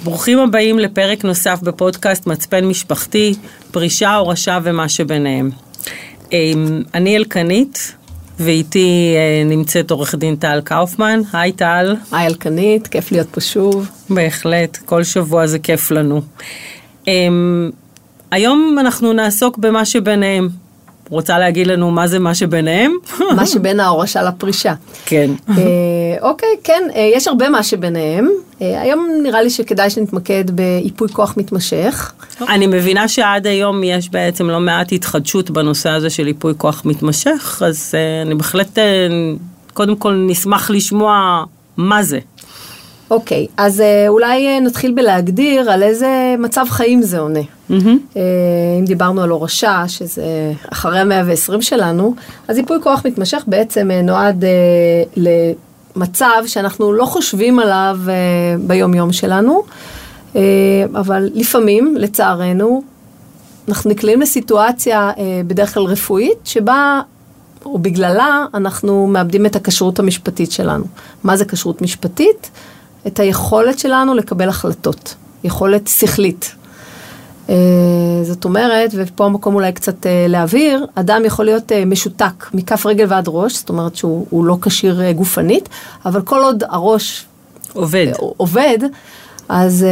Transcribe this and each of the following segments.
ברוכים הבאים לפרק נוסף בפודקאסט מצפן משפחתי, פרישה, הורשה ומה שביניהם. אני אלקנית, ואיתי נמצאת עורך דין טל קאופמן. היי טל. היי אלקנית, כיף להיות פה שוב. בהחלט, כל שבוע זה כיף לנו. היום אנחנו נעסוק במה שביניהם. רוצה להגיד לנו מה זה מה שביניהם? מה שבין ההורשה לפרישה. כן. אוקיי, כן, יש הרבה מה שביניהם. היום נראה לי שכדאי שנתמקד באיפוי כוח מתמשך. אני מבינה שעד היום יש בעצם לא מעט התחדשות בנושא הזה של איפוי כוח מתמשך, אז אני בהחלט קודם כל נשמח לשמוע מה זה. אוקיי, אז אולי נתחיל בלהגדיר על איזה מצב חיים זה עונה. אם דיברנו על הורשה, שזה אחרי 120 שלנו, אז איפוי כוח מתמשך בעצם נועד למצב שאנחנו לא חושבים עליו ביום יום שלנו, אבל לפעמים, לצערנו, אנחנו נקלעים לסיטואציה בדרך כלל רפואית, שבה או בגללה אנחנו מאבדים את הכשרות המשפטית שלנו. מה זה כשרות משפטית? את היכולת שלנו לקבל החלטות, יכולת שכלית. זאת אומרת, ופה המקום אולי קצת להעביר, אדם יכול להיות משותק מכף רגל ועד ראש, זאת אומרת שהוא לא כשיר גופנית, אבל כל עוד הראש עובד, אז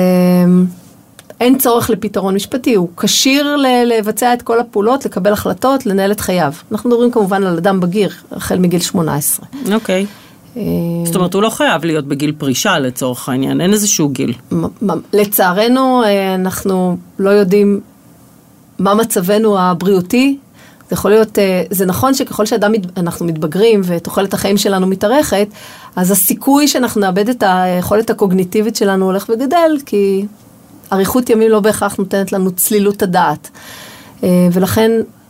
אין צורך לפתרון משפטי, הוא כשיר לבצע את כל הפעולות, לקבל החלטות, לנהל את חייו. אנחנו מדברים כמובן על אדם בגיר, החל מגיל 18. אוקיי. זאת אומרת, הוא לא חייב להיות בגיל פרישה לצורך העניין, אין איזשהו גיל. לצערנו, אנחנו לא יודעים מה מצבנו הבריאותי. זה יכול להיות, זה נכון שככל שאנחנו מתבגרים ותוחלת החיים שלנו מתארכת, אז הסיכוי שאנחנו נאבד את היכולת הקוגניטיבית שלנו הולך וגדל, כי אריכות ימים לא בהכרח נותנת לנו צלילות הדעת. ולכן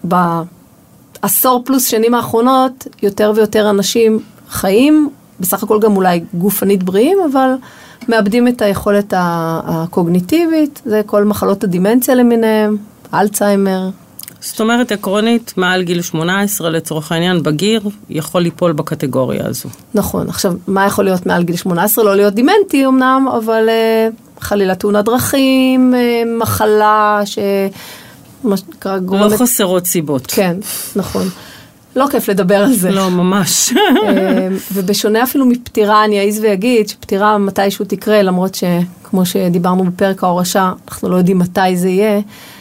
בעשור פלוס שנים האחרונות, יותר ויותר אנשים חיים, בסך הכל גם אולי גופנית בריאים, אבל מאבדים את היכולת הקוגניטיבית, זה כל מחלות הדימנציה למיניהם, אלצהיימר. זאת אומרת, עקרונית, מעל גיל 18 לצורך העניין, בגיר, יכול ליפול בקטגוריה הזו. נכון, עכשיו, מה יכול להיות מעל גיל 18? לא להיות דימנטי אמנם, אבל חלילה תאונת דרכים, מחלה מה שנקרא גורמת... לא חסרות סיבות. כן, נכון. לא כיף לדבר על זה. לא, ממש. ובשונה אפילו מפטירה, אני אעיז ויגיד שפטירה מתישהו תקרה, למרות שכמו שדיברנו בפרק ההורשה, אנחנו לא יודעים מתי זה יהיה,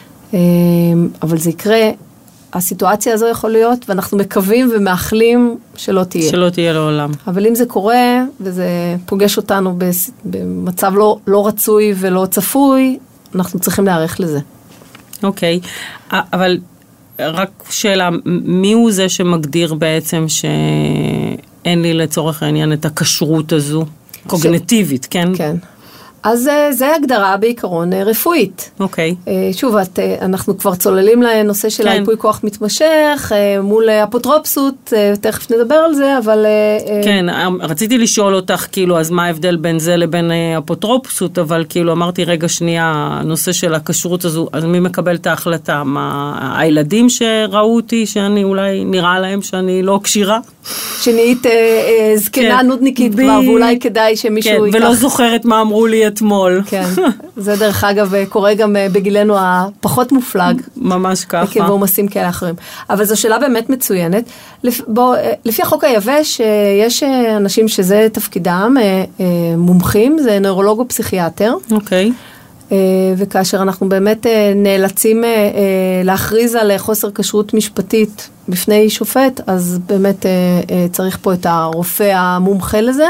אבל זה יקרה, הסיטואציה הזו יכול להיות, ואנחנו מקווים ומאחלים שלא תהיה. שלא תהיה לעולם. אבל אם זה קורה, וזה פוגש אותנו במצב לא רצוי ולא צפוי, אנחנו צריכים להיערך לזה. אוקיי, אבל... רק שאלה, מי הוא זה שמגדיר בעצם שאין לי לצורך העניין את הכשרות הזו? קוגניטיבית, כן? כן. אז זה הגדרה בעיקרון רפואית. אוקיי. שוב, אנחנו כבר צוללים לנושא של איפוי כוח מתמשך, מול אפוטרופסות, תכף נדבר על זה, אבל... כן, רציתי לשאול אותך, כאילו, אז מה ההבדל בין זה לבין אפוטרופסות, אבל כאילו אמרתי, רגע שנייה, הנושא של הכשרות הזו, אז מי מקבל את ההחלטה? מה, הילדים שראו אותי, שאני אולי נראה להם שאני לא קשירה? שנהיית זקנה נודניקית כבר, ואולי כדאי שמישהו ייקח... ולא זוכרת מה אמרו לי אתמול. כן, זה דרך אגב קורה גם בגילנו הפחות מופלג. ממש ככה. עקב עומסים כאלה אחרים. אבל זו שאלה באמת מצוינת. לפי החוק היבש, יש אנשים שזה תפקידם, מומחים, זה נוירולוג או פסיכיאטר. אוקיי. וכאשר אנחנו באמת נאלצים להכריז על חוסר כשרות משפטית בפני שופט, אז באמת צריך פה את הרופא המומחה לזה,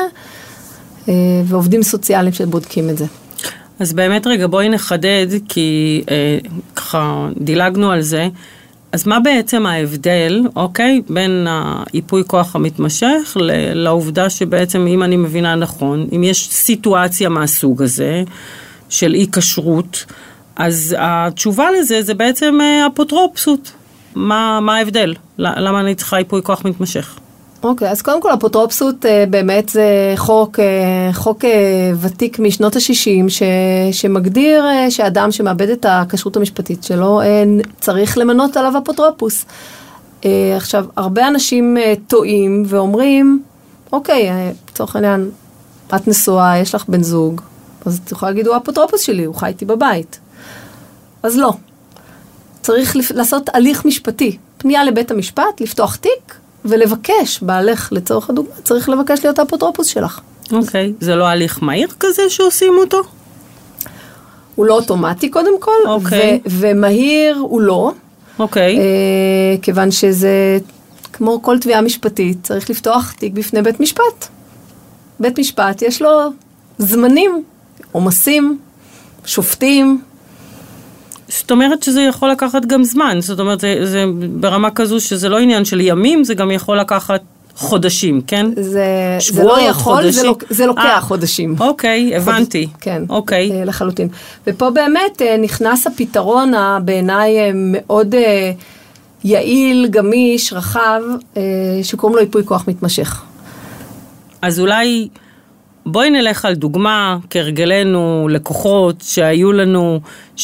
ועובדים סוציאליים שבודקים את זה. אז באמת רגע בואי נחדד, כי ככה דילגנו על זה, אז מה בעצם ההבדל, אוקיי, בין האיפוי כוח המתמשך לעובדה שבעצם אם אני מבינה נכון, אם יש סיטואציה מהסוג הזה, של אי כשרות, אז התשובה לזה זה בעצם אפוטרופסות. מה ההבדל? למה אני צריכה איפוי כוח מתמשך? אוקיי, אז קודם כל אפוטרופסות באמת זה חוק ותיק משנות ה-60 שמגדיר שאדם שמאבד את הכשרות המשפטית שלו צריך למנות עליו אפוטרופוס. עכשיו, הרבה אנשים טועים ואומרים, אוקיי, לצורך העניין, את נשואה, יש לך בן זוג, אז את יכולה להגיד, הוא האפוטרופוס שלי, הוא חי איתי בבית. אז לא. צריך לעשות הליך משפטי, פנייה לבית המשפט, לפתוח תיק, ולבקש, בעלך לצורך הדוגמה, צריך לבקש להיות האפוטרופוס שלך. אוקיי, זה לא הליך מהיר כזה שעושים אותו? הוא לא אוטומטי קודם כל, ומהיר הוא לא. אוקיי. כיוון שזה, כמו כל תביעה משפטית, צריך לפתוח תיק בפני בית משפט. בית משפט יש לו זמנים, עומסים, שופטים. זאת אומרת שזה יכול לקחת גם זמן, זאת אומרת זה ברמה כזו שזה לא עניין של ימים, זה גם יכול לקחת חודשים, כן? זה לא יכול, זה לוקח חודשים. אוקיי, הבנתי. כן, אוקיי. לחלוטין. ופה באמת נכנס הפתרון בעיניי מאוד יעיל, גמיש, רחב, שקוראים לו ייפוי כוח מתמשך. אז אולי בואי נלך על דוגמה, כרגלנו, לקוחות שהיו לנו,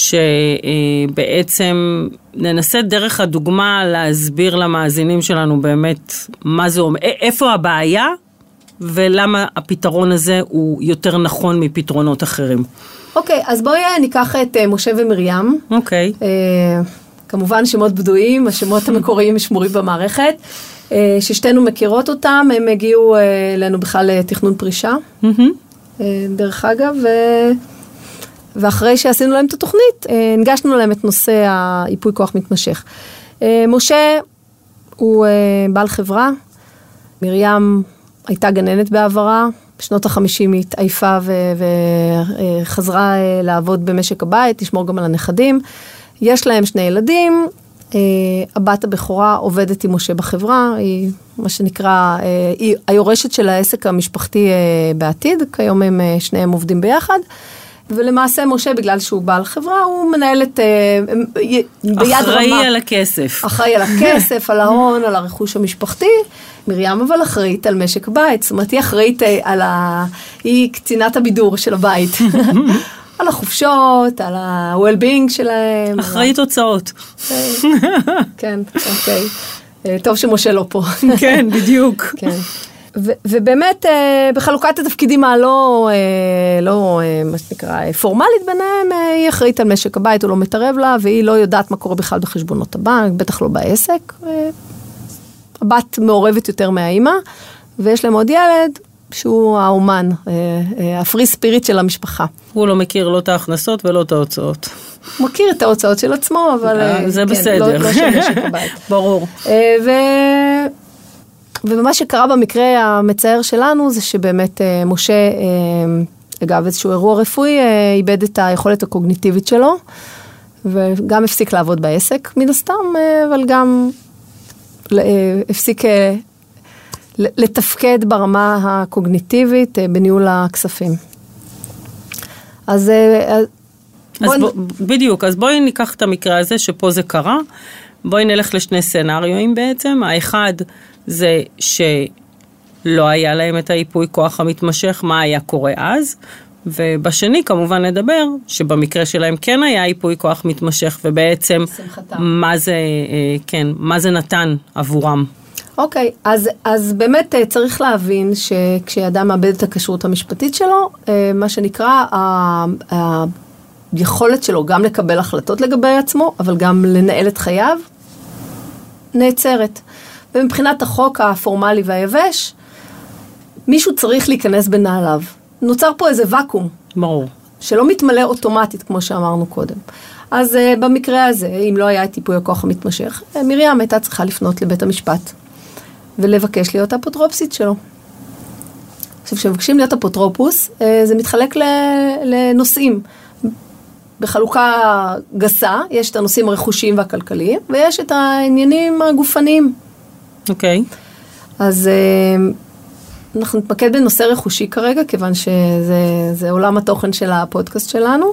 שבעצם ננסה דרך הדוגמה להסביר למאזינים שלנו באמת מה זה אומר, איפה הבעיה ולמה הפתרון הזה הוא יותר נכון מפתרונות אחרים. אוקיי, אז בואי ניקח את משה ומרים. אוקיי. כמובן שמות בדויים, השמות המקוריים שמורים במערכת. ששתינו מכירות אותם, הם הגיעו אלינו בכלל לתכנון פרישה, דרך אגב, ואחרי שעשינו להם את התוכנית, הנגשנו להם את נושא היפוי כוח מתמשך. משה הוא בעל חברה, מרים הייתה גננת בעברה, בשנות ה-50 היא התעייפה וחזרה לעבוד במשק הבית, לשמור גם על הנכדים, יש להם 2 ילדים, הבת הבכורה עובדת עם משה בחברה, היא מה שנקרא, היא היורשת של העסק המשפחתי בעתיד, כיום הם שניהם עובדים ביחד, ולמעשה משה בגלל שהוא בעל חברה, הוא מנהל את ביד רמה. אחראי על הכסף. אחראי על הכסף, על ההון, על הרכוש המשפחתי, מרים אבל אחראית על משק בית, זאת אומרת היא אחראית היא קצינת הבידור של הבית. על החופשות, על ה-well-being שלהם. אחראית הוצאות. כן, אוקיי. טוב שמשה לא פה. כן, בדיוק. ובאמת, בחלוקת התפקידים הלא, מה שנקרא, פורמלית ביניהם, היא אחראית על משק הבית, הוא לא מתערב לה, והיא לא יודעת מה קורה בכלל בחשבונות הבנק, בטח לא בעסק. הבת מעורבת יותר מהאימא, ויש להם עוד ילד, שהוא האומן, הפרי ספיריט של המשפחה. הוא לא מכיר לא את ההכנסות ולא את ההוצאות. הוא מכיר את ההוצאות של עצמו, אבל זה בסדר. לא של משק הבית. ברור. ומה שקרה במקרה המצער שלנו, זה שבאמת משה, אגב, איזשהו אירוע רפואי, איבד את היכולת הקוגניטיבית שלו, וגם הפסיק לעבוד בעסק, מן הסתם, אבל גם הפסיק לתפקד ברמה הקוגניטיבית בניהול הכספים. אז בדיוק, אז בואי ניקח את המקרה הזה שפה זה קרה, בואי נלך לשני סנריואים בעצם, האחד זה שלא היה להם את היפוי כוח המתמשך, מה היה קורה אז, ובשני כמובן נדבר שבמקרה שלהם כן היה היפוי כוח מתמשך, ובעצם מה זה נתן עבורם. אוקיי, אז באמת צריך להבין שכשאדם מאבד את הכשרות המשפטית שלו, מה שנקרא, היכולת שלו גם לקבל החלטות לגבי עצמו, אבל גם לנהל את חייו, נעצרת. ומבחינת החוק הפורמלי והיבש, מישהו צריך להיכנס בנעליו. נוצר פה איזה וקום. ברור. שלא מתמלא אוטומטית, כמו שאמרנו קודם. אז במקרה הזה, אם לא היה את טיפוי הכוח המתמשך, מרים הייתה צריכה לפנות לבית המשפט, ולבקש להיות אפוטרופסית שלו. עכשיו, כשמבקשים להיות אפוטרופוס, זה מתחלק לנושאים. בחלוקה גסה, יש את הנושאים הרכושיים והכלכליים, ויש את העניינים הגופניים. אוקיי. אז אנחנו נתמקד בנושא רכושי כרגע, כיוון שזה עולם התוכן של הפודקאסט שלנו,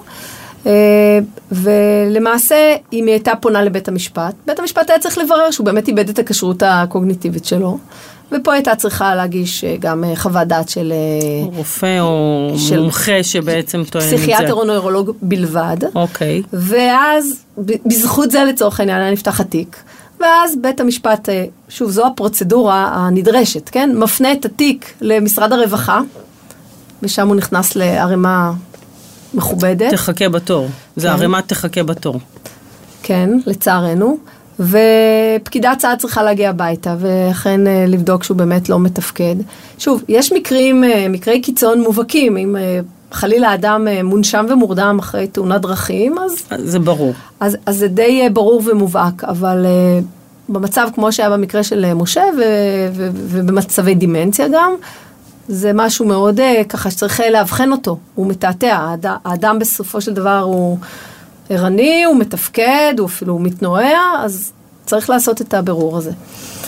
ולמעשה, אם היא הייתה פונה לבית המשפט, בית המשפט היה צריך לברר שהוא באמת איבד את הכשרות הקוגניטיבית שלו, ופה הייתה צריכה להגיש גם חוות דעת של רופא או מומחה שבעצם טוען את זה. פסיכיאטר או נוירולוג בלבד. אוקיי. ואז, בזכות זה לצורך העניין, היה נפתח התיק. ואז בית המשפט, שוב, זו הפרוצדורה הנדרשת, כן? מפנה את התיק למשרד הרווחה, ושם הוא נכנס לערימה מכובדת. תחכה בתור. זה הרמת תחכה בתור. כן, לצערנו. ופקידת סעד צריכה להגיע הביתה, וכן לבדוק שהוא באמת לא מתפקד. שוב, יש מקרי קיצון מובהקים, אם חלילה אדם מונשם ומורדם אחרי תאונת דרכים, אז... זה ברור. אז זה די ברור ומובהק, אבל במצב כמו שהיה במקרה של משה, ובמצבי דימנציה גם, זה משהו מאוד ככה שצריך להבחן אותו, הוא מתעתע, האדם בסופו של דבר הוא ערני, הוא מתפקד, הוא אפילו מתנועע, אז צריך לעשות את הבירור הזה.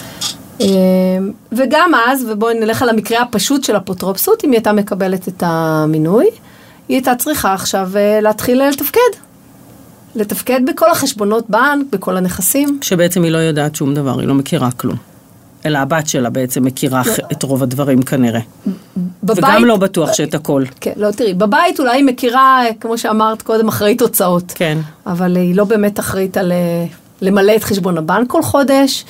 וגם אז, ובואי נלך על המקרה הפשוט של אפוטרופסות, אם היא הייתה מקבלת את המינוי, היא הייתה צריכה עכשיו להתחיל לתפקד בכל החשבונות בנק, בכל הנכסים. שבעצם היא לא יודעת שום דבר, היא לא מכירה כלום. אלא הבת שלה בעצם מכירה את רוב הדברים כנראה. בבית, וגם לא בטוח שאת הכל. כן, לא, תראי, בבית אולי היא מכירה, כמו שאמרת קודם, אחראית הוצאות. כן. אבל היא לא באמת אחראית על למלא את חשבון הבנק כל חודש,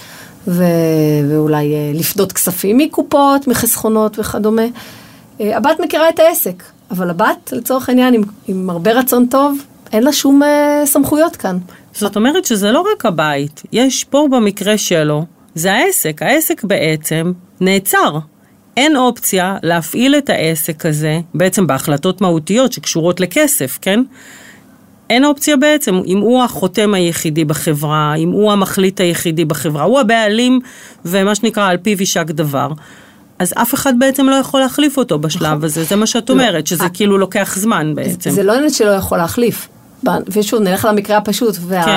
ואולי לפדות כספים מקופות, מחסכונות וכדומה. הבת מכירה את העסק, אבל הבת, לצורך העניין, עם הרבה רצון טוב, אין לה שום סמכויות כאן. זאת אומרת שזה לא רק הבית, יש פה במקרה שלו, זה העסק. העסק בעצם נעצר. אין אופציה להפעיל את העסק הזה, בעצם בהחלטות מהותיות שקשורות לכסף, כן? אין אופציה בעצם, אם הוא החותם היחידי בחברה, אם הוא המחליט היחידי בחברה, הוא הבעלים ומה שנקרא על פיו יישק דבר, אז אף אחד בעצם לא יכול להחליף אותו בשלב הזה, זה מה שאת אומרת, שזה כאילו לוקח זמן בעצם. זה לא עניין שלא יכול להחליף. ושוב, נלך למקרה הפשוט,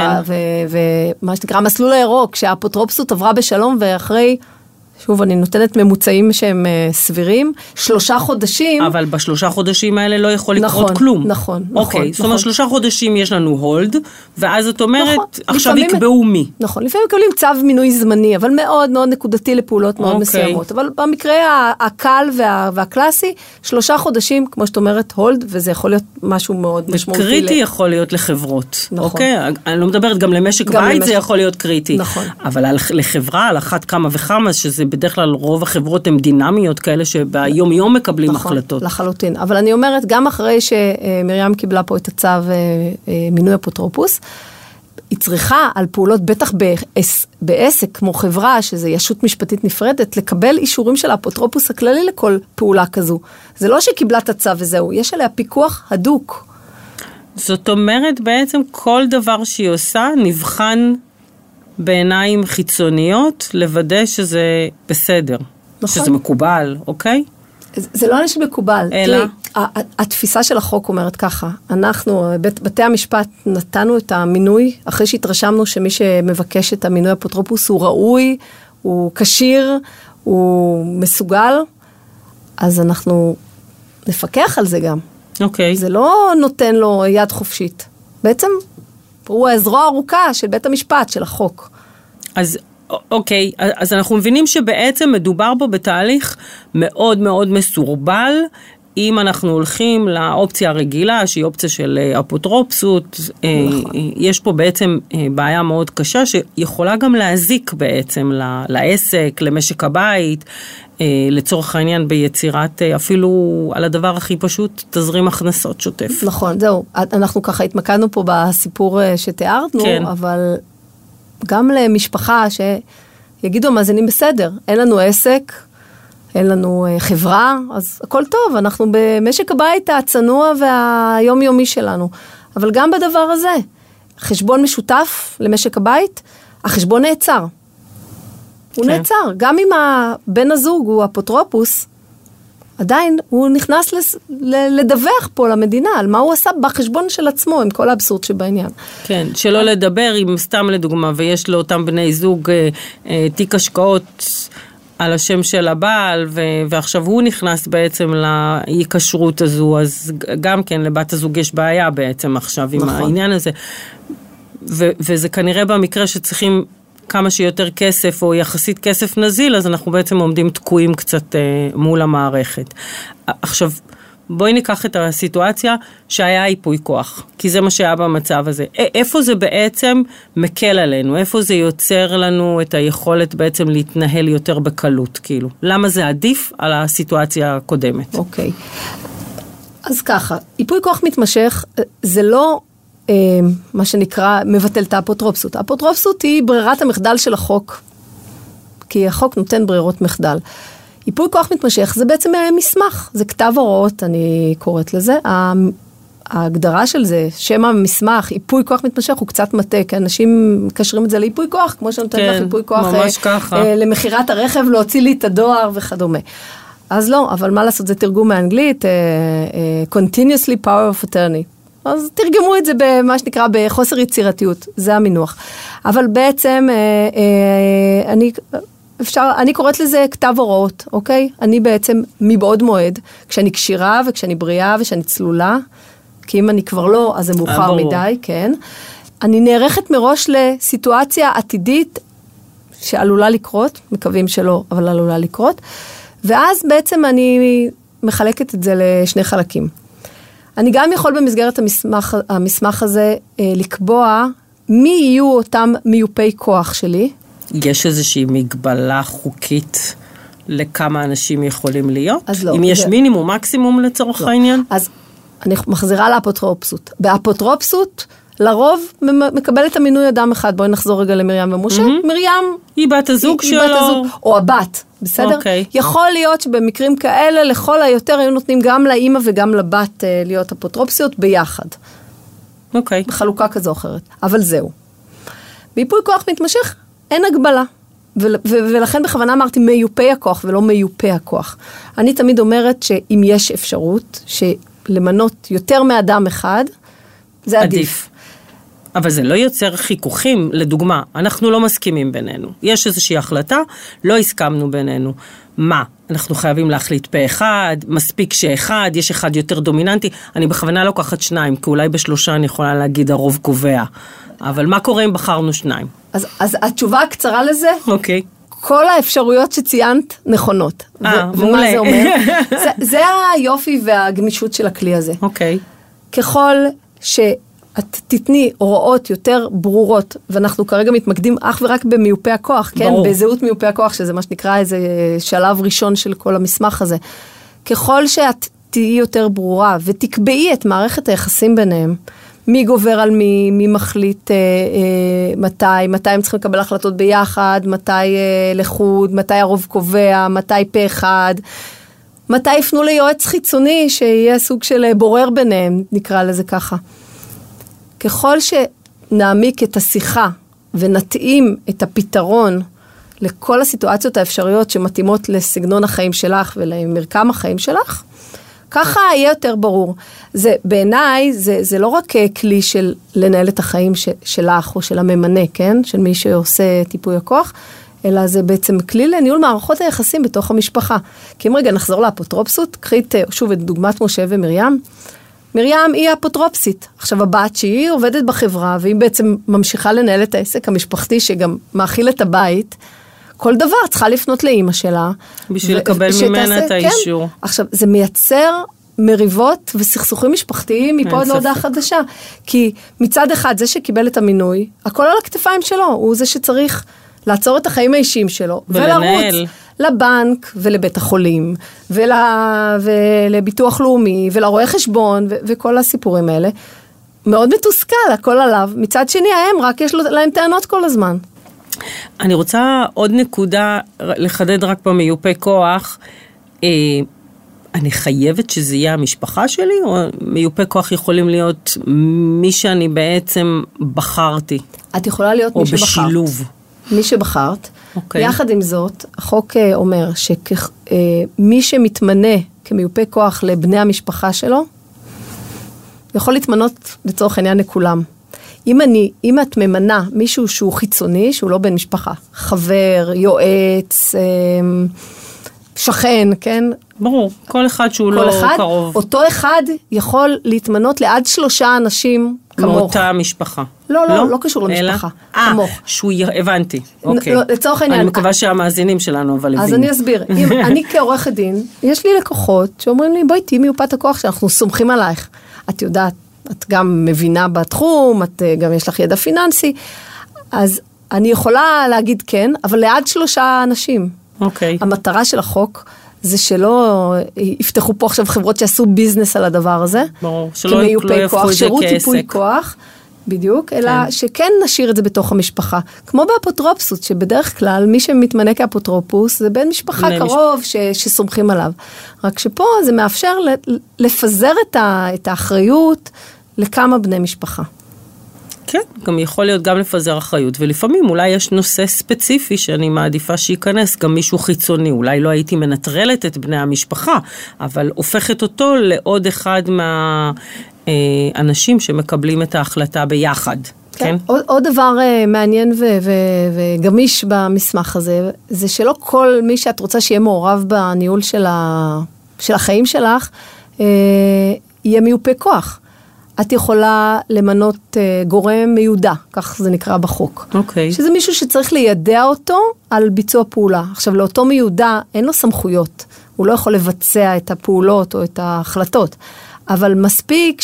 ומה שנקרא, המסלול הירוק, שהאפוטרופסות עברה בשלום, ואחרי, שוב, אני נותנת ממוצעים שהם סבירים, 3 חודשים. אבל ב3 חודשים האלה לא יכול לקרות כלום. נכון. אוקיי, זאת אומרת, 3 חודשים יש לנו הולד, ואז את אומרת, עכשיו יקבעו מי. נכון, לפעמים מקבלים צו מינוי זמני, אבל מאוד מאוד נקודתי לפעולות מאוד מסוימות. אבל במקרה הקל והקלאסי, 3 חודשים, כמו שאת אומרת, הולד, וזה יכול להיות משהו מאוד משמעותי. וקריטי יכול להיות לחברות. אוקיי? אני לא מדברת גם למשק בית, זה יכול להיות קריטי. נכון. אבל לחברה, על אחת כמה וכמה, שזה בדרך כלל רוב החברות הן דינמיות כאלה שביום יום מקבלים החלטות. לחלוטין. אבל אני אומרת, גם אחרי שמרים קיבלה פה את הצו מינוי אפוטרופוס, היא צריכה על פעולות בטח בעסק כמו חברה, שזה ישות משפטית נפרדת, לקבל אישורים של האפוטרופוס הכללי לכל פעולה כזו. זה לא שקיבלה את הצו וזהו, יש עליה פיקוח הדוק. זאת אומרת בעצם כל דבר שהיא עושה נבחן בעיניים חיצוניות, לוודא שזה בסדר, נכון. שזה מקובל, אוקיי? זה לא אנשים מקובל. אלא? התפיסה של החוק אומרת ככה, אנחנו, בתי המשפט נתנו את המינוי, אחרי שהתרשמנו שמי שמבקש את המינוי אפוטרופוס הוא ראוי, הוא כשיר, הוא מסוגל, אז אנחנו נפקח על זה גם. אוקיי. זה לא נותן לו יד חופשית. בעצם הוא הזרוע הארוכה של בית המשפט, של החוק. אז אוקיי, אז אנחנו מבינים שבעצם מדובר פה בתהליך מאוד מאוד מסורבל, אם אנחנו הולכים לאופציה הרגילה, שהיא אופציה של אפוטרופסות, יש פה בעצם בעיה מאוד קשה, שיכולה גם להזיק בעצם לעסק, למשק הבית, לצורך העניין ביצירת, אפילו על הדבר הכי פשוט, תזרים הכנסות שוטף. נכון, זהו. אנחנו ככה התמקדנו פה בסיפור שתיארנו, כן. אבל גם למשפחה שיגידו המאזינים בסדר, אין לנו עסק, אין לנו חברה, אז הכל טוב, אנחנו במשק הבית הצנוע והיומיומי שלנו. אבל גם בדבר הזה, חשבון משותף למשק הבית, החשבון נעצר. הוא נעצר. גם אם בן הזוג הוא אפוטרופוס, עדיין הוא נכנס לדווח פה למדינה, על מה הוא עשה בחשבון של עצמו, עם כל האבסורד שבעניין. כן, שלא לדבר, אם סתם לדוגמה, ויש לו אותם בני זוג תיק השקעות על השם של הבעל, ועכשיו הוא נכנס בעצם להיקשרות הזו, אז גם כן לבת הזוג יש בעיה בעצם עכשיו עם העניין הזה. וזה כנראה במקרה שצריכים כמה שיותר כסף, או יחסית כסף נזיל, אז אנחנו בעצם עומדים תקועים קצת מול המערכת. עכשיו, בואי ניקח את הסיטואציה שהיה ייפוי כוח, כי זה מה שהיה במצב הזה. איפה זה בעצם מקל עלינו? איפה זה יוצר לנו את היכולת בעצם להתנהל יותר בקלות, כאילו? למה זה עדיף על הסיטואציה הקודמת? אוקיי. אז ככה, ייפוי כוח מתמשך זה לא מה שנקרא מבטל את האפוטרופסות. האפוטרופסות היא ברירת המחדל של החוק, כי החוק נותן ברירות מחדל. ייפוי כוח מתמשך זה בעצם מסמך, זה כתב הוראות, אני קוראת לזה. ההגדרה של זה, שם המסמך, ייפוי כוח מתמשך הוא קצת מטה, כי אנשים מקשרים את זה לייפוי כוח, כמו שנותן לך ייפוי כוח למחירת הרכב, להוציא לי את הדואר וכדומה. אז לא, אבל מה לעשות, זה תרגום מאנגלית, continuously power of attorney. אז תרגמו את זה במה שנקרא בחוסר יצירתיות, זה המינוח. אבל בעצם אני קוראת לזה כתב הוראות, אוקיי? אני בעצם מבעוד מועד, כשאני קשירה וכשאני בריאה וכשאני צלולה, כי אם אני כבר לא, אז זה מאוחר מדי, כן. אני נערכת מראש לסיטואציה עתידית שעלולה לקרות, מקווים שלא, אבל עלולה לקרות, ואז בעצם אני מחלקת את זה לשני חלקים. אני גם יכול במסגרת המסמך הזה לקבוע מי יהיו אותם מיופי כוח שלי. יש איזושהי מגבלה חוקית לכמה אנשים יכולים להיות? אז לא. אם יש מינימום, מקסימום לצורך העניין? אז אני מחזירה לאפוטרופסות. באפוטרופסות, לרוב מקבל את המינוי אדם אחד. בואי נחזור רגע למרים ומשה. מרים היא בת הזוג שלו. או הבת, בסדר? יכול להיות שבמקרים כאלה, לכל היותר היו נותנים גם לאמא וגם לבת להיות אפוטרופסיות ביחד. אוקיי. בחלוקה כזו או אחרת. אבל זהו. בייפוי כוח מתמשך, אין הגבלה. ולכן בכוונה אמרתי מיופי הכוח ולא מיופי הכוח. אני תמיד אומרת שאם יש אפשרות למנות יותר מאדם אחד, זה עדיף. אבל זה לא יוצר חיכוכים, לדוגמה, אנחנו לא מסכימים בינינו. יש איזושהי החלטה, לא הסכמנו בינינו. מה? אנחנו חייבים להחליט פה אחד, מספיק שאחד, יש אחד יותר דומיננטי. אני בכוונה לוקחת שניים, כי אולי בשלושה אני יכולה להגיד הרוב קובע. אבל מה קורה אם בחרנו שניים? אז התשובה הקצרה לזה, אוקיי. כל האפשרויות שציינת נכונות. מעולה. ומה זה אומר? זה היופי והגמישות של הכלי הזה. אוקיי. ככל שאת תתני הוראות יותר ברורות, ואנחנו כרגע מתמקדים אך ורק במיופי הכוח, כן? בזהות מיופי הכוח, שזה מה שנקרא איזה שלב ראשון של כל המסמך הזה. ככל שאת תהיי יותר ברורה, ותקבעי את מערכת היחסים ביניהם, מי גובר על מי מחליט מתי הם צריכים לקבל החלטות ביחד, מתי לחוד, מתי הרוב קובע, מתי פה אחד, מתי יפנו ליועץ חיצוני שיהיה סוג של בורר ביניהם, נקרא לזה ככה. ככל שנעמיק את השיחה ונתאים את הפתרון לכל הסיטואציות האפשריות שמתאימות לסגנון החיים שלך ולמרקם החיים שלך, ככה יהיה יותר ברור. זה, בעיניי, זה לא רק כלי של לנהל את החיים שלך או של הממנה, כן? של מי שעושה טיפוי הכוח, אלא זה בעצם כלי לניהול מערכות היחסים בתוך המשפחה. כי אם רגע נחזור לאפוטרופסות, קחי שוב את דוגמת משה ומרים. מרים היא אפוטרופסית. עכשיו הבת שהיא עובדת בחברה, והיא בעצם ממשיכה לנהל את העסק המשפחתי שגם מאכיל את הבית, כל דבר צריכה לפנות לאמא שלה. בשביל לקבל ממנה את האישור. כן. עכשיו, זה מייצר מריבות וסכסוכים משפחתיים מפה עוד להודעה חדשה. כי מצד אחד, זה שקיבל את המינוי, הכל על הכתפיים שלו. הוא זה שצריך לעצור את החיים האישיים שלו. ולרוץ לבנק ולבית החולים, ולביטוח לאומי, ולרואה חשבון, וכל הסיפורים האלה. מאוד מתוסכל, הכל עליו. מצד שני, הם רק יש להם טענות כל הזמן. אני רוצה עוד נקודה לחדד רק במיופי כוח. אני חייבת שזה יהיה המשפחה שלי, או מיופי כוח יכולים להיות מי שאני בעצם בחרתי? את יכולה להיות מי שבחרת. או בשילוב. מי שבחרת. יחד עם זאת, החוק אומר שמי שמתמנה כמיופי כוח לבני המשפחה שלו, יכול להתמנות לצורך העניין לכולם. אם את ממנה מישהו שהוא חיצוני, שהוא לא בן משפחה, חבר, יועץ, שכן, כן? ברור, כל אחד שהוא לא קרוב. אותו אחד יכול להתמנות לעד 3 אנשים כמוך. מאותה משפחה. לא קשור למשפחה, כמוך. הבנתי, אוקיי. לצורך העניין. אני מקווה שהמאזינים שלנו אבל הבינו. אז אני אסביר. אני כעורכת דין, יש לי לקוחות שאומרים לי, בואי תהי מיופת הכוח שאנחנו סומכים עלייך. את יודעת, את גם מבינה בתחום, את גם יש לך ידע פיננסי, אז אני יכולה להגיד כן, אבל לעד 3 אנשים. אוקיי. המטרה של החוק זה שלא יפתחו פה עכשיו חברות שעשו ביזנס על הדבר הזה. ברור, שלא יפכו את זה שירות כעסק. ייפוי כוח, בדיוק, אלא שכן נשאיר את זה בתוך המשפחה. כמו באפוטרופסות, שבדרך כלל מי שמתמנה כאפוטרופוס, זה בן משפחה קרוב שסומכים עליו. רק שפה זה מאפשר לפזר את האחריות לכמה בני משפחה. כן, גם יכול להיות גם לפזר אחריות, ולפעמים אולי יש נושא ספציפי שאני מעדיפה שייכנס, גם מישהו חיצוני, אולי לא הייתי מנטרלת את בני המשפחה, אבל הופכת אותו לעוד אחד מהאנשים שמקבלים את ההחלטה ביחד. כן? עוד דבר מעניין וגמיש במסמך הזה, זה שלא כל מי שאת רוצה שיהיה מעורב בניהול של החיים שלך, יהיה מיופה כוח. את יכולה למנות גורם מיודע, כך זה נקרא בחוק. אוקיי. שזה מישהו שצריך לידע אותו על ביצוע פעולה. עכשיו, לאותו מיודע אין לו סמכויות. הוא לא יכול לבצע את הפעולות או את ההחלטות. אבל מספיק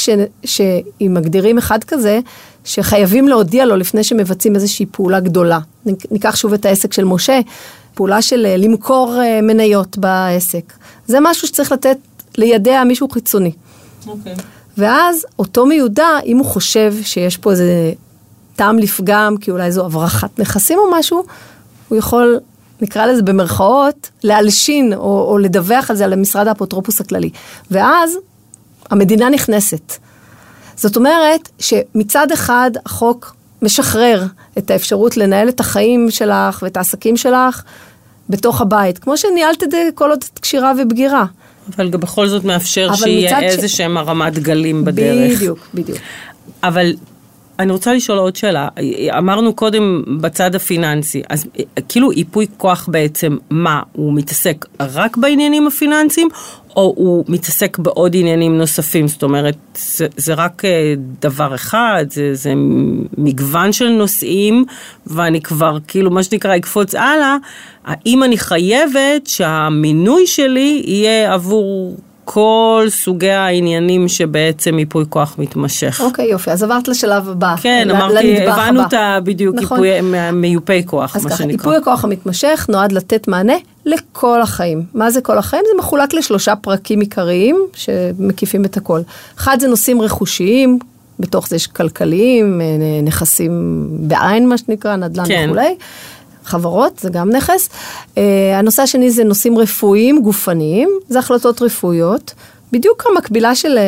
שאם מגדירים אחד כזה, שחייבים להודיע לו לפני שמבצעים איזושהי פעולה גדולה. ניקח שוב את העסק של משה, פעולה של למכור מניות בעסק. זה משהו שצריך לידע מישהו חיצוני. אוקיי. ואז אותו מיודע, אם הוא חושב שיש פה איזה טעם לפגם, כי אולי זו הברחת נכסים או משהו, הוא יכול, נקרא לזה במרכאות, להלשין או לדווח על זה למשרד האפוטרופוס הכללי. ואז המדינה נכנסת. זאת אומרת שמצד אחד החוק משחרר את האפשרות לנהל את החיים שלך ואת העסקים שלך בתוך הבית, כמו שניהלת את זה כל עוד קשירה ובגירה. אבל בכל זאת מאפשר שיהיה איזה שהם הרמת גלים בדרך. בדיוק. אבל אני רוצה לשאול עוד שאלה. אמרנו קודם בצד הפיננסי, אז כאילו ייפוי כוח בעצם מה? הוא מתעסק רק בעניינים הפיננסיים, או הוא מתעסק בעוד עניינים נוספים? זאת אומרת, זה רק דבר אחד, זה מגוון של נושאים, ואני כבר כאילו מה שנקרא יקפוץ הלאה, האם אני חייבת שהמינוי שלי יהיה עבור כל סוגי העניינים שבעצם ייפוי כוח מתמשך. אוקיי, יופי, אז עברת לשלב הבא. כן, אמרתי, הבנו את בדיוק מיופי כוח, מה שנקרא. אז ככה, ייפוי הכוח המתמשך נועד לתת מענה לכל החיים. מה זה כל החיים? זה מחולק ל3 פרקים עיקריים שמקיפים את הכל. אחד זה נושאים רכושיים, בתוך זה יש כלכליים, נכסים בעין, מה שנקרא, נדל"ן וכולי. חברות, זה גם נכס. הנושא השני זה נושאים רפואיים, גופניים, זה החלטות רפואיות, בדיוק המקבילה של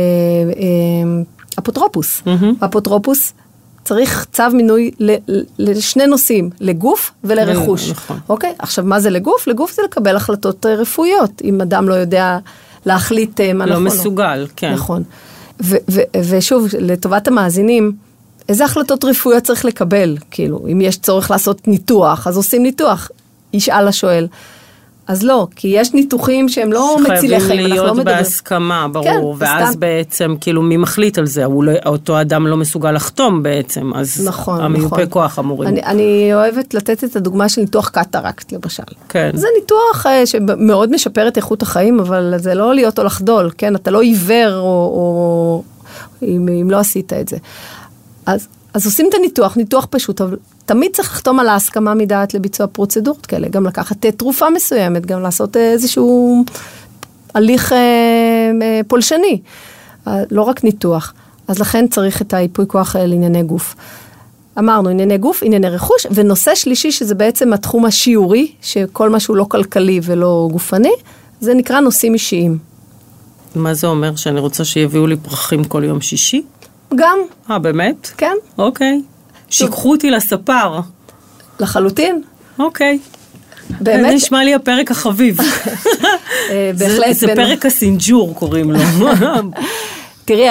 אפוטרופוס. אפוטרופוס צריך צו מינוי לשני נושאים, לגוף ולרכוש. אוקיי? עכשיו, מה זה לגוף? לגוף זה לקבל החלטות רפואיות, אם אדם לא יודע להחליט מה נכון. לא מסוגל, כן. נכון. ושוב, לטובת המאזינים, איזה החלטות רפואיות צריך לקבל? כאילו, אם יש צורך לעשות ניתוח, אז עושים ניתוח, ישאל השואל. אז לא, כי יש ניתוחים שהם לא מצילי חיים, אנחנו לא מדברים. חייבים להיות בהסכמה, ברור, כן, ואז בעצם, כאילו, מי מחליט על זה? אותו אדם לא מסוגל לחתום בעצם, אז נכון, המיופה כוח אמורים. אני אוהבת לתת את הדוגמה של ניתוח קטרקט, למשל. כן. זה ניתוח שמאוד משפר את איכות החיים, אבל זה לא להיות או לחדול, כן? אתה לא עיוור, או אם לא עשית את זה. אז עושים את הניתוח, ניתוח פשוט, אבל תמיד צריך לחתום על ההסכמה מדעת לביצוע פרוצדורות כאלה, גם לקחת תרופה מסוימת, גם לעשות איזשהו הליך פולשני, לא רק ניתוח. אז לכן צריך את הייפוי כוח לענייני גוף. אמרנו, ענייני גוף, ענייני רכוש, ונושא שלישי שזה בעצם התחום השיעורי, שכל משהו לא כלכלי ולא גופני, זה נקרא נושאים אישיים. מה זה אומר? שאני רוצה שיביאו לי פרחים כל יום שישי? גם. באמת? כן. אוקיי. שיקחו אותי לספר. לחלוטין. אוקיי. באמת? זה נשמע לי הפרק החביב. בהחלט. זה פרק הסינג'ור קוראים לו. תראי,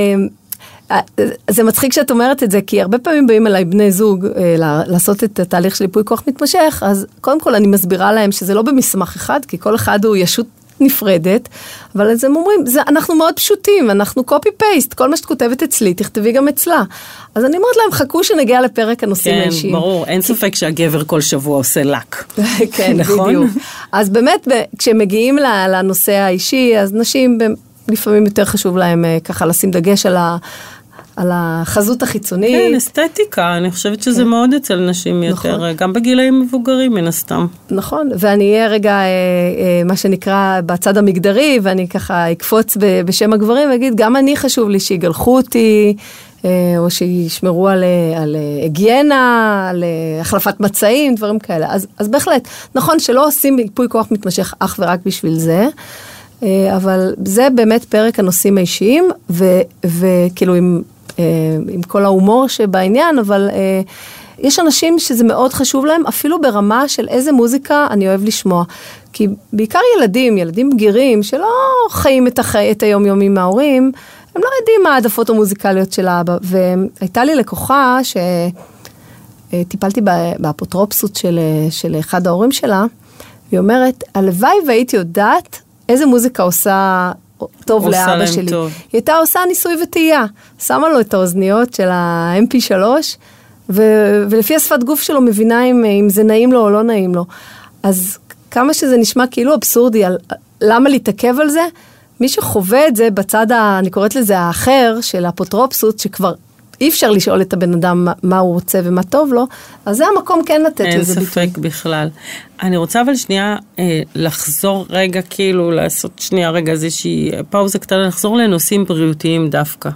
זה מצחיק שאת אומרת את זה, כי הרבה פעמים באים אליי בני זוג לעשות את התהליך של ייפוי כוח מתמשך, אז קודם כל אני מסבירה להם שזה לא במסמך אחד, כי כל אחד הוא ישות נפרדת, אבל אז הם אומרים, אנחנו מאוד פשוטים, אנחנו copy-paste, כל מה שאת כותבת אצלי, תכתבי גם אצלה. אז אני אומרת להם, חכו שנגיע לפרק הנושאים האישיים. כן, ברור, אין ספק שהגבר כל שבוע עושה לק. כן, בדיוק. אז באמת, כשמגיעים לנושא האישי, אז נשים לפעמים יותר חשוב להם ככה לשים דגש על החזות החיצונית. כן, אסתטיקה, אני חושבת שזה מאוד אצל נשים יותר, גם בגילאים מבוגרים מן הסתם. נכון, ואני אהיה רגע, מה שנקרא, בצד המגדרי, ואני ככה אקפוץ בשם הגברים, ואגיד, גם אני חשוב לי שיגלחו אותי, או שישמרו על היגיינה, על החלפת מצעים, דברים כאלה. אז בהחלט, נכון שלא עושים ייפוי כוח מתמשך אך ורק בשביל זה, אבל זה באמת פרק הנושאים האישיים, וכאילו עם כל ההומור שבעניין, אבל יש אנשים שזה מאוד חשוב להם, אפילו ברמה של איזה מוזיקה אני אוהב לשמוע. כי בעיקר ילדים בגירים, שלא חיים את היום-יום עם ההורים, הם לא יודעים מה העדפות המוזיקליות של האבא. והייתה לי לקוחה שטיפלתי באפוטרופסות של אחד ההורים שלה, והיא אומרת, הלוואי והייתי יודעת איזה מוזיקה עושה טוב לאבא שלי. טוב. היא הייתה עושה ניסוי וטעייה, שמה לו את האוזניות של ה-MP3, ולפי השפת גוף שלו מבינה אם זה נעים לו או לא נעים לו. אז כמה שזה נשמע כאילו אבסורדי, למה להתעכב על זה? מי שחווה את זה בצד, אני קוראת לזה האחר, של האפוטרופסות, שכבר אי אפשר לשאול את הבן אדם מה הוא רוצה ומה טוב לו, אז זה המקום כן לתת לזה ביטוי. אין ספק בכלל. אני רוצה אבל שנייה לחזור רגע, כאילו לעשות שנייה רגע איזושהי פאוזה קטנה, לחזור לנושאים בריאותיים דווקא.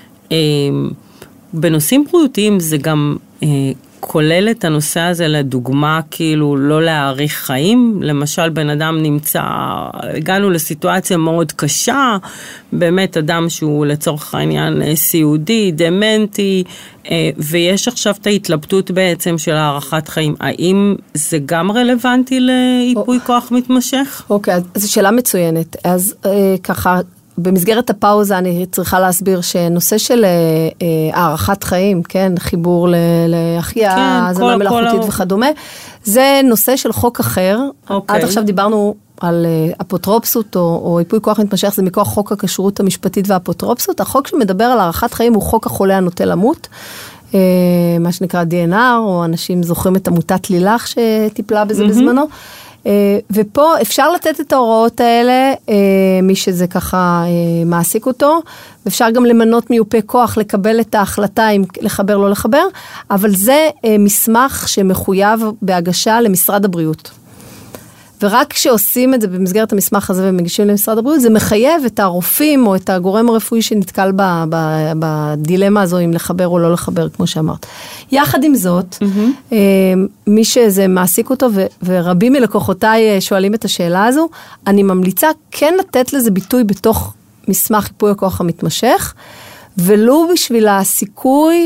בנושאים בריאותיים זה גם כולל את הנושא הזה לדוגמה, כאילו לא להאריך חיים, למשל בן אדם נמצא, הגענו לסיטואציה מאוד קשה, באמת אדם שהוא לצורך העניין סיעודי, דמנטי, ויש עכשיו את ההתלבטות בעצם של הארכת חיים, האם זה גם רלוונטי לאיפוי כוח מתמשך? אוקיי, אז שאלה מצוינת, אז ככה, במסגרת הפאוזה אני צריכה להסביר שנושא של הערכת חיים, כן, חיבור להחייאה, הזנה מלאכותית וכדומה, זה נושא של חוק אחר. עד עכשיו דיברנו על אפוטרופסות או ייפוי כוח מתמשך, זה מכוח חוק הכשרות המשפטית והאפוטרופסות. החוק שמדבר על הערכת חיים הוא חוק החולה הנוטה למות, מה שנקרא DNR, או אנשים זוכרים את עמותת לילך שטיפלה בזה בזמנו. ופה אפשר לתת את ההוראות האלה, מי שזה ככה מעסיק אותו, ואפשר גם למנות מיופה כוח, לקבל את ההחלטה אם לחבר לא לחבר, אבל זה מסמך שמחויב בהגשה למשרד הבריאות. ורק כשעושים את זה במסגרת המסמך הזה ומגישים למשרד הבריאות, זה מחייב את הרופאים או את הגורם הרפואי שנתקל בדילמה הזו, אם לחבר או לא לחבר, כמו שאמרת. יחד עם זאת, מי שזה מעסיק אותו, ורבים מלקוחותיי שואלים את השאלה הזו, אני ממליצה כן לתת לזה ביטוי בתוך מסמך ייפוי הכוח המתמשך, ולו בשביל הסיכוי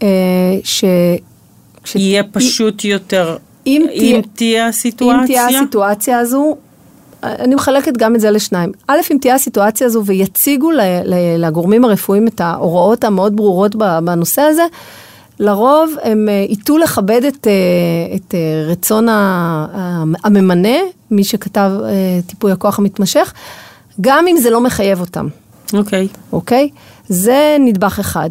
יהיה פשוט יותר... אם תהיה הסיטואציה הזו, אני מחלקת גם את זה לשניים. א', אם תהיה הסיטואציה הזו ויציגו לגורמים הרפואיים את ההוראות המאוד ברורות בנושא הזה, לרוב הם ייתו לכבד את רצון הממנה, מי שכתב טיפוי הכוח המתמשך, גם אם זה לא מחייב אותם. אוקיי? זה נדבך אחד.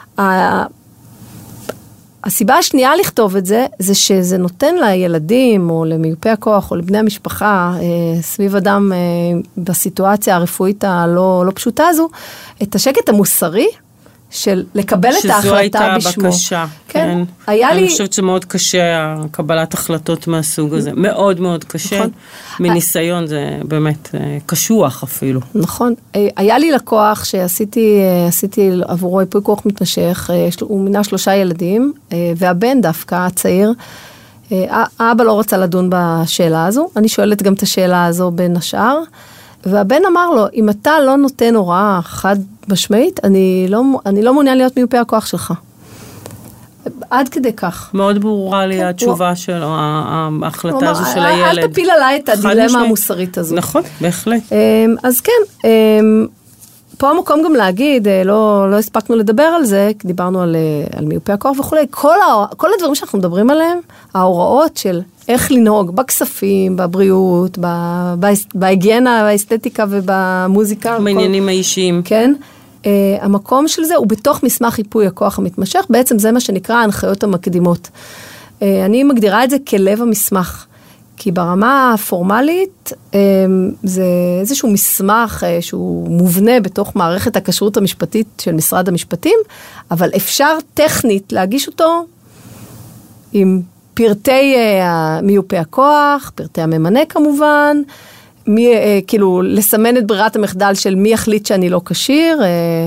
הסיבה השנייה לכתוב את זה, זה שזה נותן לילדים, או למיופי הכוח, או לבני המשפחה, סביב אדם בסיטואציה הרפואית הלא פשוטה הזו, את השקט המוסרי, של לקבל את ההחלטה בשמו. שזו הייתה בקשה, כן. אני חושבת שמאוד קשה, קבלת החלטות מהסוג הזה. מאוד מאוד קשה. מניסיון זה באמת קשוח אפילו. נכון. היה לי לקוח שעשיתי עבורו ייפוי כוח מתמשך, הוא מינה 3 ילדים, והבן דווקא, הצעיר, האבא לא רצה לדון בשאלה הזו, אני שואלת גם את השאלה הזו בין השאר, והבן אמר לו, אם אתה לא נותן הוראה חד משמעית, אני לא מעוניין להיות מיופה הכוח שלך. עד כדי כך. מאוד ברורה לי התשובה שלו, ההחלטה הזו של הילד. אל תפיל עליי את הדילמה המוסרית הזו. נכון, בהחלט. אז כן, פה המקום גם להגיד, לא הספקנו לדבר על זה, דיברנו על מיופה הכוח וכו'. כל הדברים שאנחנו מדברים עליהם, ההוראות של איך לנהוג בכספים, בבריאות, בהיגיינה, באסתטיקה ובמוזיקה. בעניינים האישיים. כן. המקום של זה הוא בתוך מסמך ייפוי הכוח המתמשך, בעצם זה מה שנקרא ההנחיות המקדימות. אני מגדירה את זה כלב המסמך, כי ברמה הפורמלית, זה איזשהו מסמך שהוא מובנה בתוך מערכת הכשרות המשפטית של משרד המשפטים, אבל אפשר טכנית להגיש אותו עם פרטי מיופה הכוח, פרטי הממנה כמובן, כאילו לסמן את ברירת המחדל של מי יחליט שאני לא כשיר,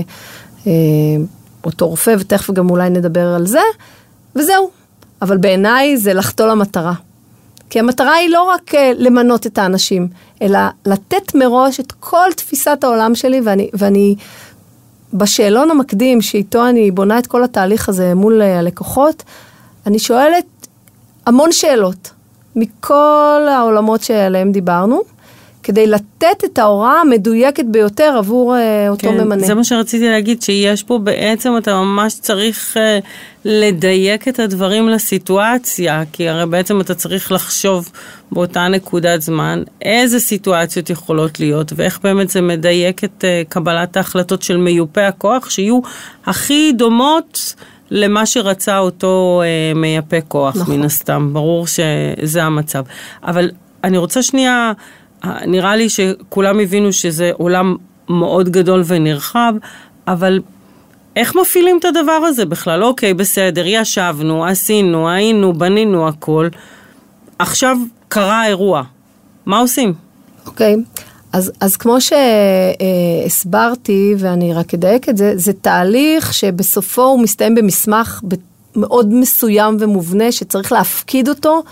אותו רופא, ותכף גם אולי נדבר על זה, וזהו. אבל בעיניי זה לחטוא למטרה. כי המטרה היא לא רק למנות את האנשים, אלא לתת מראש את כל תפיסת העולם שלי, ואני בשאלון המקדים, שאיתו אני בונה את כל התהליך הזה מול הלקוחות, אני שואלת המון שאלות, מכל העולמות שעליהם דיברנו, כדי לתת את ההוראה המדויקת ביותר עבור אותו ממנה. זה מה שרציתי להגיד, שיש פה בעצם אתה ממש צריך לדייק את הדברים לסיטואציה, כי הרי בעצם אתה צריך לחשוב באותה נקודת זמן, איזה סיטואציות יכולות להיות, ואיך באמת זה מדייק את קבלת ההחלטות של מיופה הכוח, שיהיו הכי דומות למה שרצה אותו מייפה כוח, נכון. מן הסתם. ברור שזה המצב. אבל אני רוצה שנייה, נראה לי שכולם הבינו שזה עולם מאוד גדול ונרחב, אבל איך מפעילים את הדבר הזה בכלל? אוקיי, בסדר, ישבנו, עשינו, היינו, בנינו הכל. עכשיו קרה האירוע. מה עושים? אוקיי, אז כמו שהסברתי, ואני רק אדייק את זה, זה תהליך שבסופו הוא מסתיים במסמך מאוד מסוים ומובנה, שצריך להפקיד אותו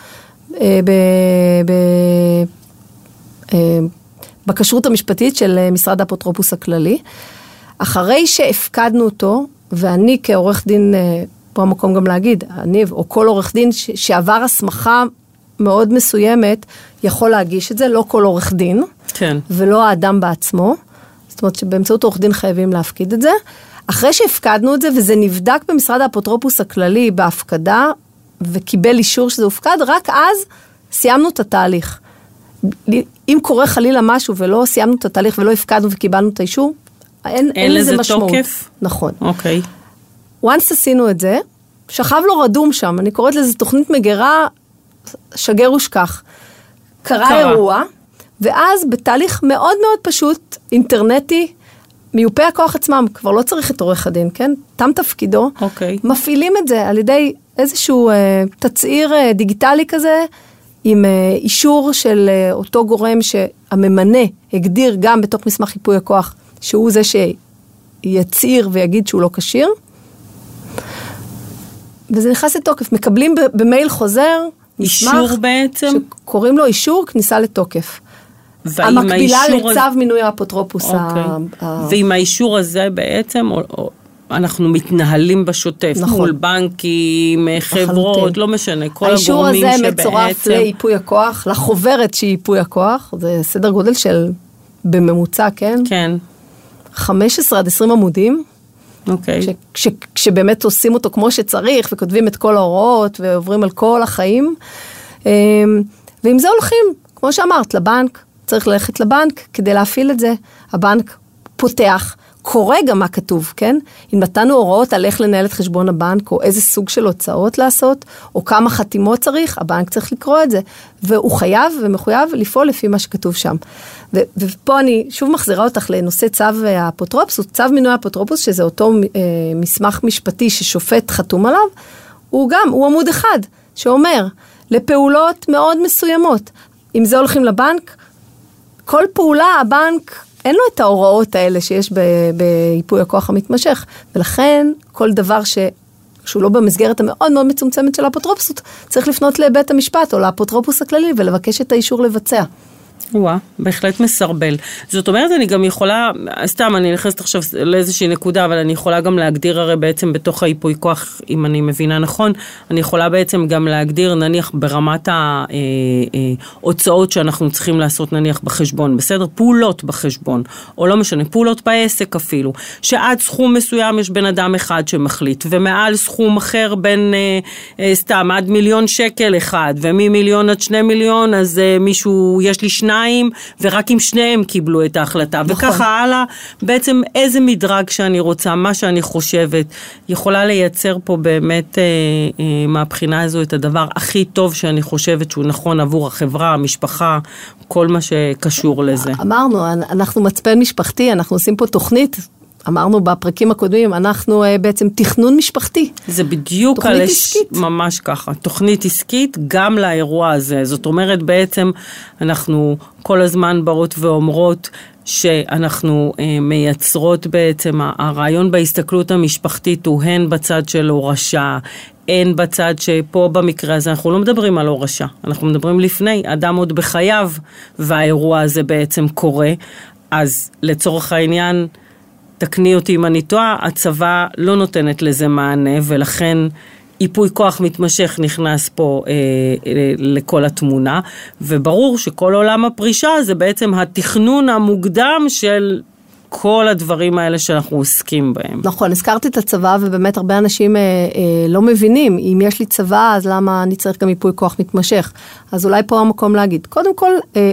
בכשרות המשפטית של משרד האפוטרופוס הכללי. אחרי שהפקדנו אותו, ואני כעורך דין, פה המקום גם להגיד, אני או כל עורך דין שעבר הסמכה מאוד מסוימת, יכול להגיש את זה, לא כל עורך דין, כן. ולא האדם בעצמו, זאת אומרת שבאמצעות עורך דין חייבים להפקיד את זה. אחרי שהפקדנו את זה, וזה נבדק במשרד האפוטרופוס הכללי בהפקדה, וקיבל אישור שזה הופקד, רק אז סיימנו את התהליך. אם קורה חלילה משהו ולא סיימנו את התהליך ולא הפקדנו וקיבלנו את האישור, אין לזה משמעות. תוקף? נכון. אוקיי. once עשינו את זה, שכב לו רדום שם, אני קוראת לזה תוכנית מגירה, שגר ושכח. קרה אירוע, ואז בתהליך מאוד מאוד פשוט, אינטרנטי, מיופה הכוח עצמם, כבר לא צריך את עורך הדין, כן? תם תפקידו, מפעילים את זה על ידי איזשהו תצעיר דיגיטלי כזה, עם אישור של אותו גורם שהממנה הגדיר גם בתוך מסמך ייפוי הכוח, שהוא זה שיצעיר ויגיד שהוא לא כשיר, וזה נכנס לתוקף. מקבלים במייל חוזר, אישור בעצם? שקוראים לו אישור כניסה לתוקף. המקבילה לצו מינוי האפוטרופוס. ועם האישור הזה בעצם, אנחנו מתנהלים בשוטף, מול בנקים, חברות, לא משנה, כל הגורמים שבעצם... האישור הזה מצורף לייפוי הכוח, לחוברת שהיא ייפוי הכוח, זה סדר גודל של בממוצע, כן? כן. 15 עד 20 עמודים. אוקיי. כשבאמת עושים אותו כמו שצריך, וכותבים את כל ההוראות, ועוברים על כל החיים. ועם זה הולכים, כמו שאמרת, לבנק, צריך ללכת לבנק כדי להפעיל את זה. הבנק פותח, קורא גם מה כתוב, כן? אם נתנו הוראות על איך לנהל את חשבון הבנק, או איזה סוג של הוצאות לעשות, או כמה חתימות צריך, הבנק צריך לקרוא את זה. והוא חייב ומחויב לפעול לפי מה שכתוב שם. ופה אני שוב מחזירה אותך לנושא צו האפוטרופוס, צו מינוי האפוטרופוס, שזה אותו מסמך משפטי ששופט חתום עליו, הוא עמוד אחד, שאומר, לפעולות מאוד מסוימות. אם זה הולכים לבנק, כל פעולה הבנק אין לו את ההוראות האלה שיש בייפוי הכוח המתמשך, ולכן כל דבר שהוא לא במסגרת המאוד מאוד מצומצמת של האפוטרופסות, צריך לפנות לבית המשפט או לאפוטרופוס הכללי ולבקש את האישור לבצע. בהחלט מסרבל. זאת אומרת, אני גם יכולה, סתם, אני נכנסת עכשיו לאיזושהי נקודה, אבל אני יכולה גם להגדיר הרי בעצם בתוך הייפוי כוח, אם אני מבינה נכון, אני יכולה בעצם גם להגדיר, נניח, ברמת ההוצאות שאנחנו צריכים לעשות, נניח, בחשבון, בסדר? פעולות בחשבון, או לא משנה, פעולות בעסק אפילו, שעד סכום מסוים יש בן אדם אחד שמחליט, ומעל סכום אחר בין, סתם, עד 1,000,000 שקל אחד, ומ1,000,000 עד 2,000,000, אז מישהו, יש לי 2 שניים, ורק עם שניהם קיבלו את ההחלטה. נכון. וככה הלאה, בעצם איזה מדרג שאני רוצה, מה שאני חושבת, יכולה לייצר פה באמת מהבחינה הזו את הדבר הכי טוב שאני חושבת שהוא נכון עבור החברה, המשפחה, כל מה שקשור לזה. אמרנו, אנחנו מצפן משפחתי, אנחנו עושים פה תוכנית, אמרנו בפרקים הקודמים, אנחנו בעצם תכנון משפחתי. זה בדיוק תוכנית עסקית. ממש ככה, תוכנית עסקית גם לאירוע הזה. זאת אומרת, בעצם אנחנו כל הזמן באות ואומרות שאנחנו מייצרות בעצם, הרעיון בהסתכלות המשפחתית הוא הן בצד של הורשה, הן בצד שפה במקרה הזה אנחנו לא מדברים על הורשה, אנחנו מדברים לפני, אדם עוד בחייו, והאירוע הזה בעצם קורה, אז לצורך העניין, תקני אותי אם אני טועה, הצבא לא נותנת לזה מענה, ולכן איפוי כוח מתמשך נכנס פה לכל התמונה, וברור שכל עולם הפרישה זה בעצם התכנון המוקדם של כל הדברים האלה שאנחנו עוסקים בהם. נכון, הזכרתי את הצבא, ובאמת הרבה אנשים לא מבינים, אם יש לי צבא, אז למה אני צריך גם איפוי כוח מתמשך? אז אולי פה המקום להגיד. קודם כל,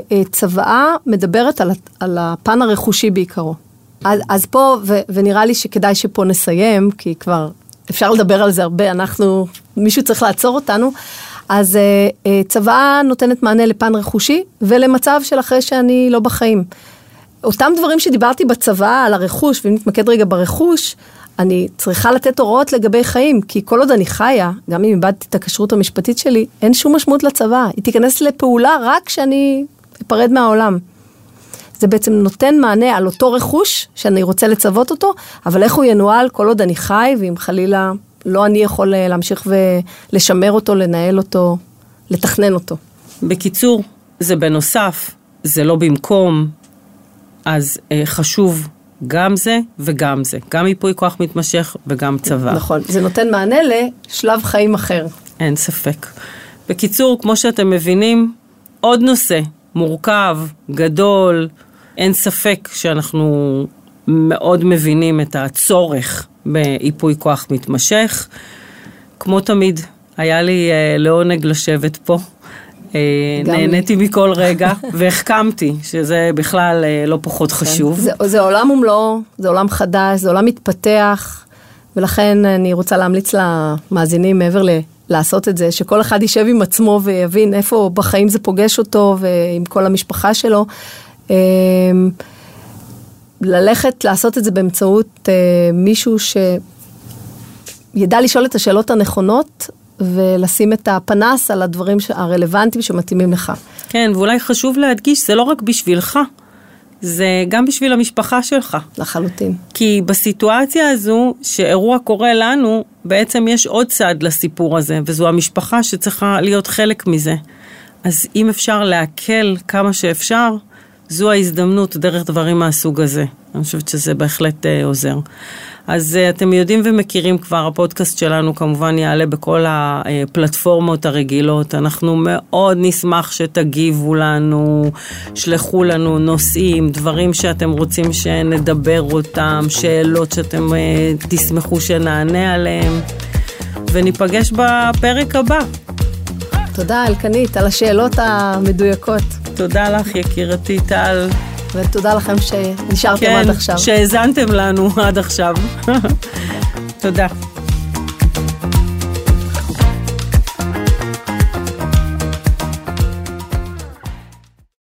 צבא מדברת על הפן הרכושי בעיקרו. אז פה, ונראה לי שכדאי שפה נסיים, כי כבר אפשר לדבר על זה הרבה, מישהו צריך לעצור אותנו, אז צבא נותנת מענה לפן רכושי, ולמצב של אחרי שאני לא בחיים. אותם דברים שדיברתי בצבא על הרכוש, ואם נתמקד רגע ברכוש, אני צריכה לתת הוראות לגבי חיים, כי כל עוד אני חיה, גם אם איבדתי את הכשרות המשפטית שלי, אין שום משמעות לצבא, היא תיכנס לפעולה רק כשאני אפרד מהעולם. זה בעצם נותן מענה על אותו רכוש שאני רוצה לצוות אותו, אבל איך הוא ינוהל כל עוד אני חי, ואם חלילה לא אני יכול להמשיך ולשמר אותו, לנהל אותו, לתכנן אותו. בקיצור, זה בנוסף, זה לא במקום, אז חשוב גם זה וגם זה. גם איפוי כוח מתמשך וגם צבא. נכון, זה נותן מענה לשלב חיים אחר. אין ספק. בקיצור, כמו שאתם מבינים, עוד נושא מורכב, גדול, אין ספק שאנחנו מאוד מבינים את הצורך באיפוי כוח מתמשך. כמו תמיד, היה לי לעונג לשבת פה. נהניתי מכל רגע, והחכמתי, שזה בכלל לא פחות חשוב. זה עולם ומלואו, זה עולם חדש, זה עולם מתפתח, ולכן אני רוצה להמליץ למאזינים מעבר לעשות את זה, שכל אחד יישב עם עצמו ויבין איפה בחיים זה פוגש אותו, ועם כל המשפחה שלו. ללכת לעשות את זה באמצעות מישהו שידע לשאול את השאלות הנכונות, ולשים את הפנס על הדברים הרלוונטיים שמתאימים לך. כן, ואולי חשוב להדגיש, זה לא רק בשבילך, זה גם בשביל המשפחה שלך. לחלוטין. כי בסיטואציה הזו, שאירוע קורה לנו, בעצם יש עוד צד לסיפור הזה, וזו המשפחה שצריכה להיות חלק מזה. אז אם אפשר להקל כמה שאפשר, זו ההזדמנות דרך דברים מהסוג הזה. אני חושבת שזה בהחלט עוזר. אז אתם יודעים ומכירים כבר, הפודקאסט שלנו כמובן יעלה בכל הפלטפורמות הרגילות. אנחנו מאוד נשמח שתגיבו לנו, שלחו לנו נושאים, דברים שאתם רוצים שנדבר אותם, שאלות שאתם תשמחו שנענה עליהם, וניפגש בפרק הבא. תודה אלקנית על השאלות המדויקות. תודה לך יקירתי טל. ותודה לכם שנשארתם עד עכשיו. כן, שהזנתם לנו עד עכשיו. תודה.